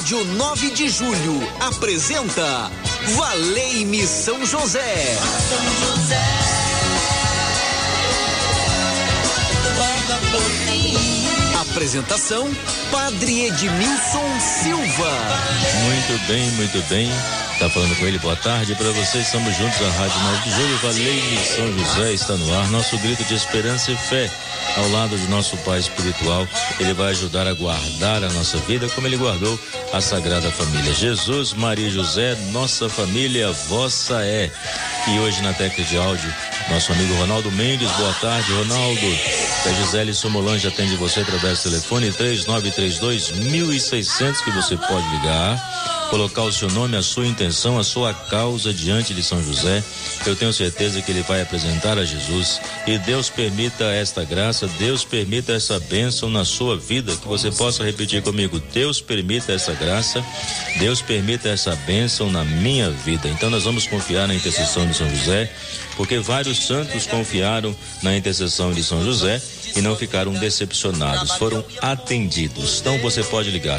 Rádio 9 de Julho apresenta Valei-me São José. São José, apresentação, Padre Edmilson Silva. Muito bem. Tá falando com ele, boa tarde para vocês, estamos juntos à Rádio 9 de Julho, Valei-me São José está no ar, nosso grito de esperança e fé, ao lado de nosso Pai espiritual. Ele vai ajudar a guardar a nossa vida como ele guardou a Sagrada Família. Jesus, Maria e José, nossa família, vossa é. E hoje na técnica de áudio, nosso amigo Ronaldo Mendes. Boa tarde, Ronaldo. A Gisele Somolange atende você através do telefone 3932-1600, que você pode ligar, colocar o seu nome, a sua intenção, a sua causa diante de São José. Eu tenho certeza que ele vai apresentar a Jesus e Deus permita esta graça, Deus permita essa bênção na sua vida, que você possa repetir comigo: Deus permita essa graça, Deus permita essa bênção na minha vida. Então nós vamos confiar na intercessão de São José, porque vários santos confiaram na intercessão de São José e não ficaram decepcionados, foram atendidos. Então você pode ligar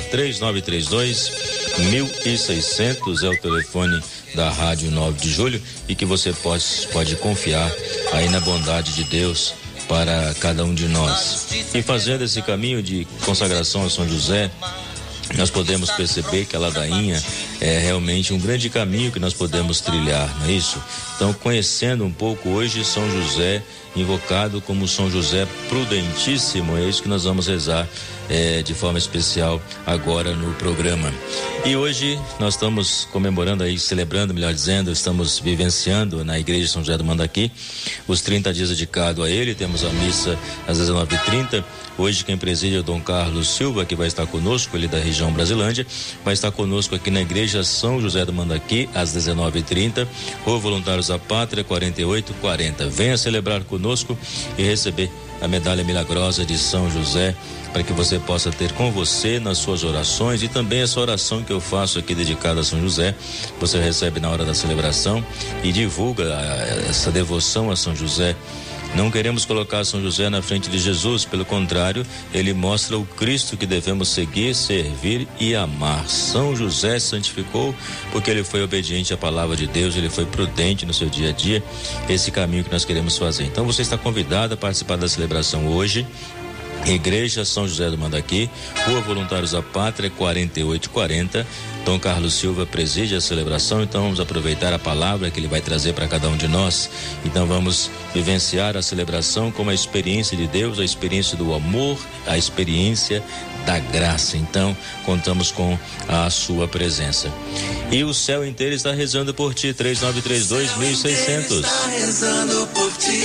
3932-1600 é o telefone da Rádio 9 de Julho, e que você pode confiar aí na bondade de Deus para cada um de nós. E fazendo esse caminho de consagração a São José, nós podemos perceber que a ladainha é realmente um grande caminho que nós podemos trilhar, não é isso? Então, conhecendo um pouco hoje São José, invocado como São José prudentíssimo, é isso que nós vamos rezar de forma especial agora no programa. E hoje nós estamos comemorando aí, celebrando, melhor dizendo, estamos vivenciando na Igreja de São José do Mandaqui os 30 dias dedicados a ele. Temos a missa às 19h30. Hoje quem preside é o Dom Carlos Silva, que vai estar conosco, ele da região Brasilândia, vai estar conosco aqui na Igreja São José do Mandaqui às 19h30. Rua Voluntários da Pátria, 4840. Venha celebrar conosco e receber a medalha milagrosa de São José, para que você possa ter com você nas suas orações, e também essa oração que eu faço aqui dedicada a São José, você recebe na hora da celebração e divulga essa devoção a São José. Não queremos colocar São José na frente de Jesus, pelo contrário, ele mostra o Cristo que devemos seguir, servir e amar. São José santificou porque ele foi obediente à palavra de Deus, ele foi prudente no seu dia a dia, esse caminho que nós queremos fazer. Então você está convidado a participar da celebração hoje. Igreja São José do Mandaqui, Rua Voluntários da Pátria, 4840. Dom Carlos Silva preside a celebração, então vamos aproveitar a palavra que ele vai trazer para cada um de nós. Então vamos vivenciar a celebração como a experiência de Deus, a experiência do amor, a experiência da graça. Então contamos com a sua presença. E o céu inteiro está rezando por ti, 3932-1600. Está rezando por ti.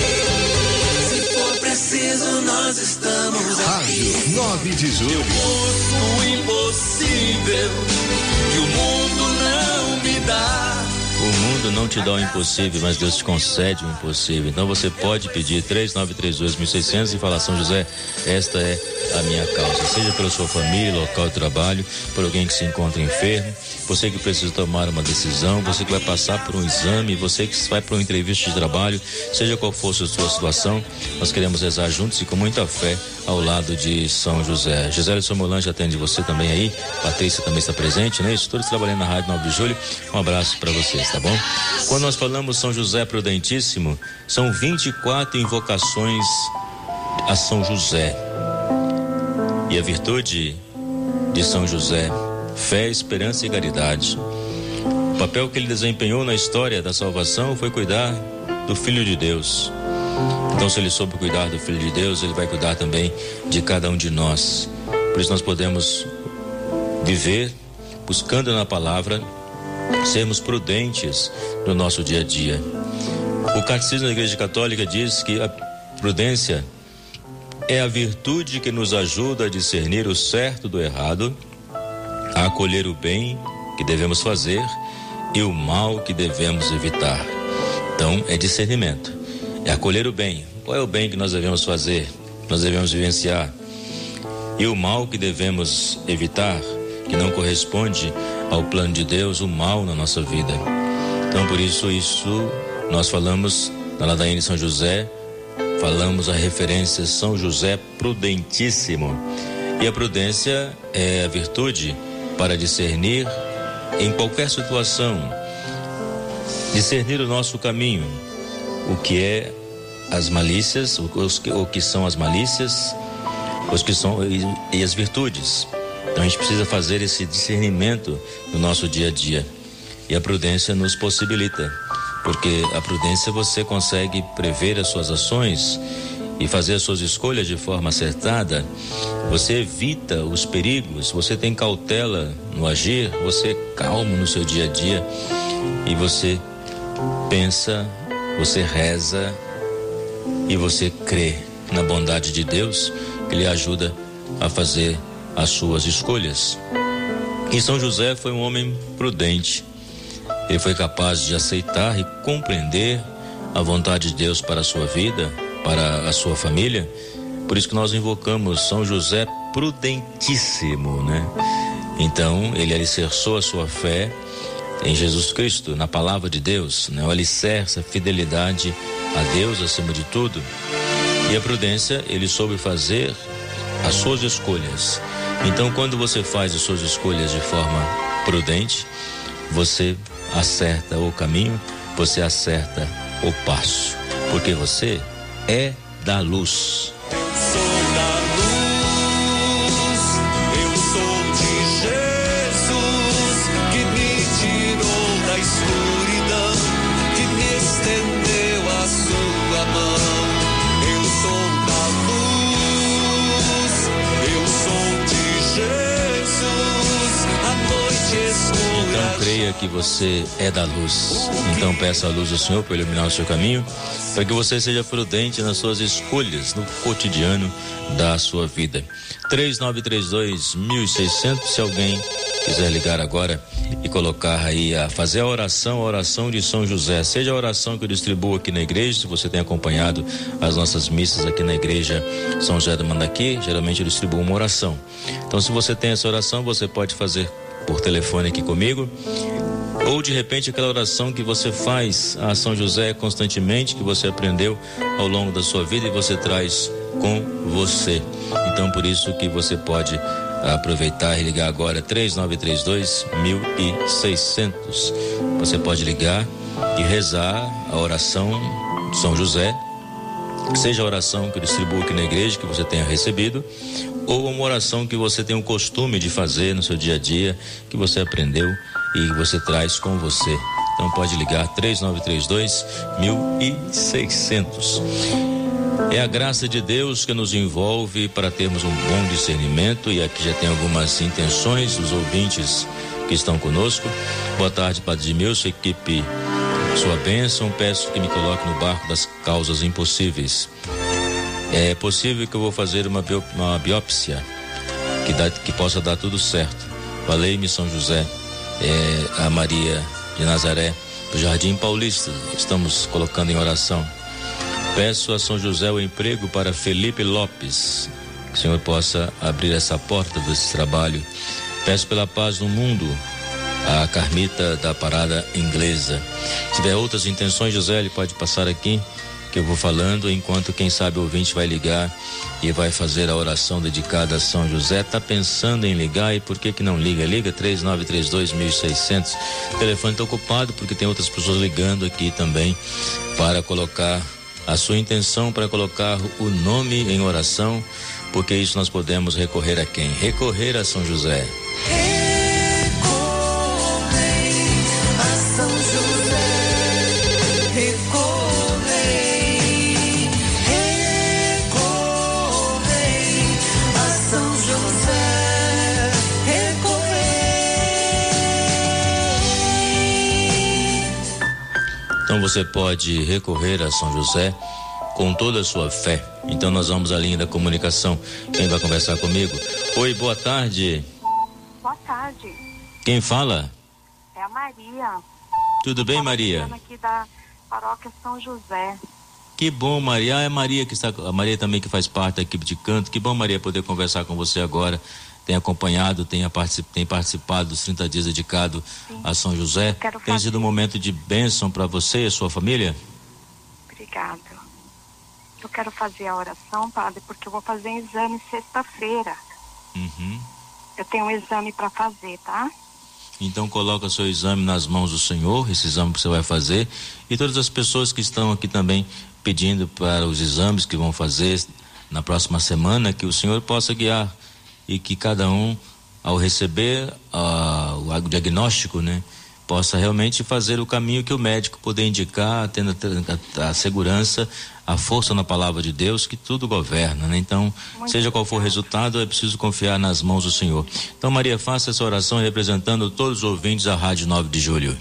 Preciso, nós estamos aqui. Rádio 9 de Julho. Eu busco o impossível que o mundo não me dá. O mundo não te dá o impossível, mas Deus te concede o impossível. Então você pode pedir 3932-1600 e falar: São José, esta é a minha causa. Seja pela sua família, local de trabalho, por alguém que se encontra enfermo, você que precisa tomar uma decisão, você que vai passar por um exame, você que vai para uma entrevista de trabalho, seja qual for a sua situação, nós queremos rezar juntos e com muita fé ao lado de São José. Gisele Somolange atende você também aí, Patrícia também está presente, né? Isso, todos trabalhando na Rádio 9 de Julho. Um abraço para vocês, tá bom? Quando nós falamos São José prudentíssimo, são 24 invocações a São José. E a virtude de São José: fé, esperança e caridade. O papel que ele desempenhou na história da salvação foi cuidar do Filho de Deus. Então, se ele soube cuidar do Filho de Deus, ele vai cuidar também de cada um de nós. Por isso nós podemos viver buscando na palavra, sermos prudentes no nosso dia a dia. O Catecismo da Igreja Católica diz que a prudência é a virtude que nos ajuda a discernir o certo do errado, a acolher o bem que devemos fazer e o mal que devemos evitar. Então, é discernimento, é acolher o bem. Qual é o bem que nós devemos fazer, que nós devemos vivenciar? E o mal que devemos evitar, que não corresponde ao plano de Deus, o mal na nossa vida. Então, por isso nós falamos na ladainha de São José, falamos a referência São José prudentíssimo. E a prudência é a virtude para discernir em qualquer situação, discernir o nosso caminho, o que é as malícias, o que são as malícias, os que são e as virtudes. Então a gente precisa fazer esse discernimento no nosso dia a dia. E a prudência nos possibilita, porque a prudência você consegue prever as suas ações e fazer as suas escolhas de forma acertada. Você evita os perigos, você tem cautela no agir, você é calmo no seu dia a dia e você pensa, você reza e você crê na bondade de Deus, que lhe ajuda a fazer as suas escolhas. E São José foi um homem prudente. Ele foi capaz de aceitar e compreender a vontade de Deus para a sua vida, para a sua família. Por isso que nós invocamos São José prudentíssimo, né? Então, ele alicerçou a sua fé em Jesus Cristo, na palavra de Deus, né? O alicerce, a fidelidade a Deus acima de tudo. E a prudência, ele soube fazer as suas escolhas. Então, quando você faz as suas escolhas de forma prudente, você acerta o caminho, você acerta o passo, porque você é da luz. Eu sou da luz, eu sou de Jesus, que me tirou da escuridão, que me estendeu a sua mão. Eu sou da luz, eu sou de Jesus, a noite escura. Então creia que você é da luz. Então peça a luz do Senhor para iluminar o seu caminho, para que você seja prudente nas suas escolhas no cotidiano da sua vida. 3932-1600, se alguém quiser ligar agora e colocar aí fazer a oração de São José, seja a oração que eu distribuo aqui na igreja. Se você tem acompanhado as nossas missas aqui na igreja São José do Mandaqui, geralmente eu distribuo uma oração. Então, se você tem essa oração, você pode fazer por telefone aqui comigo, ou de repente aquela oração que você faz a São José constantemente, que você aprendeu ao longo da sua vida e você traz com você. Então, por isso que você pode aproveitar e ligar agora 3932-1600. Você pode ligar e rezar a oração de São José, seja a oração que eu distribuo aqui na igreja, que você tenha recebido, ou uma oração que você tem o costume de fazer no seu dia a dia, que você aprendeu e você traz com você. Então pode ligar 3932-1600. É a graça de Deus que nos envolve para termos um bom discernimento, e aqui já tem algumas intenções dos ouvintes que estão conosco. Boa tarde, Padre Edmilson, equipe, sua bênção, peço que me coloque no barco das causas impossíveis. É possível que eu vou fazer uma biópsia que possa dar tudo certo. Valei-me São José, a Maria de Nazaré, do Jardim Paulista, estamos colocando em oração. Peço a São José o emprego para Felipe Lopes, que o Senhor possa abrir essa porta desse trabalho. Peço pela paz no mundo, a Carmita da Parada Inglesa. Se tiver outras intenções, José, ele pode passar aqui, que eu vou falando, enquanto quem sabe o ouvinte vai ligar e vai fazer a oração dedicada a São José. Tá pensando em ligar, e por que não liga? Liga 3932-1600. O telefone está ocupado porque tem outras pessoas ligando aqui também para colocar a sua intenção, para colocar o nome em oração, porque isso nós podemos recorrer a quem? Recorrer a São José. Então você pode recorrer a São José com toda a sua fé. Então nós vamos à linha da comunicação. Quem vai conversar comigo? Oi, boa tarde. Boa tarde. Quem fala? É a Maria. Tudo bem, Maria? Aqui da paróquia São José. Que bom, Maria. É a Maria que está, a Maria também que faz parte da equipe de canto. Que bom, Maria, poder conversar com você agora. Tem acompanhado, tem participado dos 30 dias dedicados a São José. Tem sido um momento de bênção para você e a sua família? Obrigada. Eu quero fazer a oração, padre, porque eu vou fazer exame sexta-feira. Uhum. Eu tenho um exame para fazer, tá? Então coloca seu exame nas mãos do Senhor, esse exame que você vai fazer, e todas as pessoas que estão aqui também pedindo para os exames que vão fazer na próxima semana, que o Senhor possa guiar e que cada um, ao receber o diagnóstico, né, possa realmente fazer o caminho que o médico puder indicar, tendo a segurança, a força na palavra de Deus, que tudo governa, né? Então, seja qual for o resultado, é preciso confiar nas mãos do Senhor. Então, Maria, faça essa oração representando todos os ouvintes da Rádio 9 de Julho.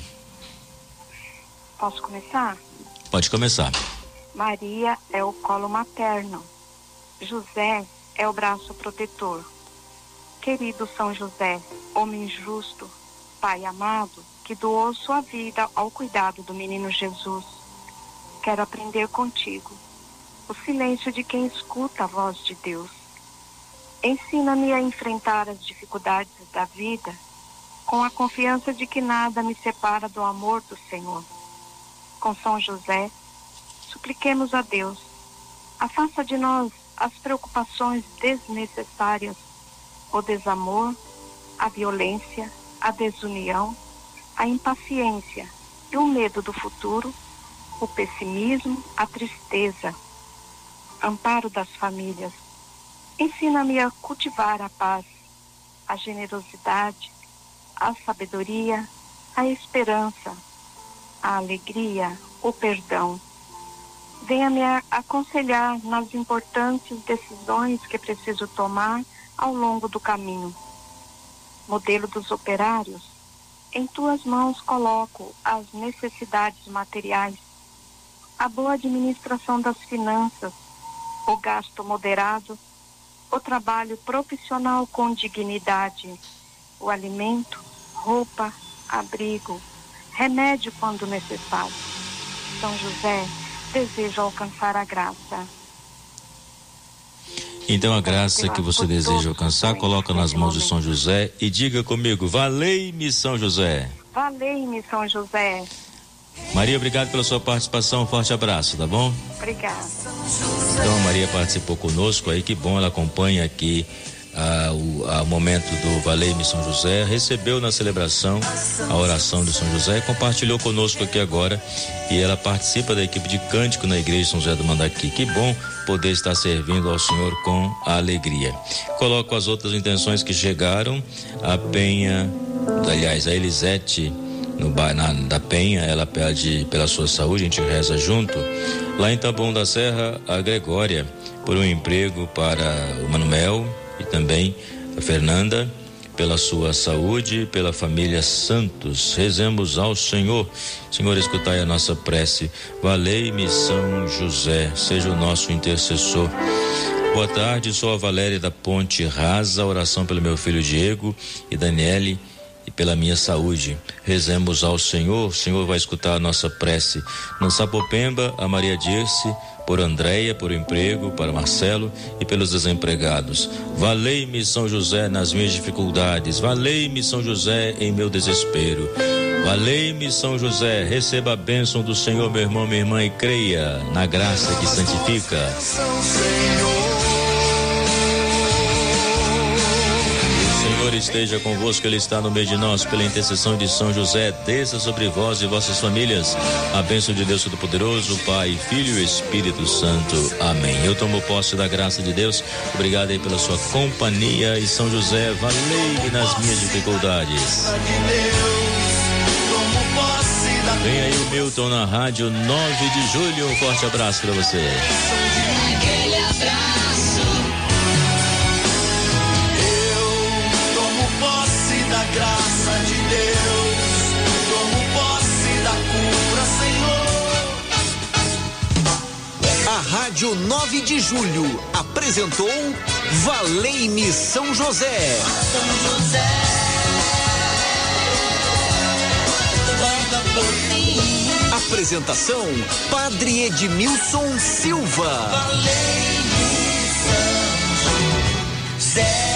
Posso começar? Pode começar. Maria é o colo materno. José é o braço protetor. Querido São José, homem justo, Pai amado, que doou sua vida ao cuidado do menino Jesus, quero aprender contigo o silêncio de quem escuta a voz de Deus. Ensina-me a enfrentar as dificuldades da vida com a confiança de que nada me separa do amor do Senhor. Com São José, supliquemos a Deus, afasta de nós as preocupações desnecessárias, o desamor, a violência, a desunião, a impaciência e o medo do futuro, o pessimismo, a tristeza. Amparo das famílias. Ensina-me a cultivar a paz, a generosidade, a sabedoria, a esperança, a alegria, o perdão. Venha-me aconselhar nas importantes decisões que preciso tomar ao longo do caminho. Modelo dos operários, em tuas mãos coloco as necessidades materiais, a boa administração das finanças, o gasto moderado, o trabalho profissional com dignidade, o alimento, roupa, abrigo, remédio quando necessário. São José, desejo alcançar a graça. Então a graça que você deseja alcançar, coloca nas mãos de São José e diga comigo: valei-me São José. Valei-me São José. Maria, obrigado pela sua participação, um forte abraço, tá bom? Obrigada. Então a Maria participou conosco aí, que bom, ela acompanha aqui o momento do Valei-me São José, recebeu na celebração a oração de São José, compartilhou conosco aqui agora, e ela participa da equipe de cântico na igreja de São José do Mandaqui. Que bom poder estar servindo ao Senhor com alegria. Coloco as outras intenções que chegaram. A Penha, aliás, a Elisete da Penha, ela pede pela sua saúde, a gente reza junto. Lá em Taboão da Serra, a Gregória, por um emprego para o Manuel e também a Fernanda, pela sua saúde, pela família Santos. Rezemos ao Senhor. Senhor, escutai a nossa prece. Valei-me São José, seja o nosso intercessor. Boa tarde, sou a Valéria da Ponte Rasa. Oração pelo meu filho Diego e Daniele e pela minha saúde. Rezemos ao Senhor. O Senhor vai escutar a nossa prece. No Sapopemba, a Maria Dirce, por Andréia, por emprego, para Marcelo e pelos desempregados. Valei-me São José nas minhas dificuldades. Valei-me São José em meu desespero. Valei-me São José, receba a bênção do Senhor, meu irmão, minha irmã, e creia na graça que santifica. Esteja convosco, Ele está no meio de nós. Pela intercessão de São José, desça sobre vós e vossas famílias a bênção de Deus Todo-Poderoso, Pai, Filho e Espírito Santo. Amém. Eu tomo posse da graça de Deus. Obrigado aí pela sua companhia. E São José, valei-me nas minhas dificuldades. Vem aí o Milton na Rádio 9 de Julho. Um forte abraço para você. Aquele abraço. Da graça de Deus, tomo posse da cura, Senhor. A Rádio 9 de Julho apresentou Valei-me São José. São José, guarda por mim. Apresentação: Padre Edmilson Silva. Valei-me São José.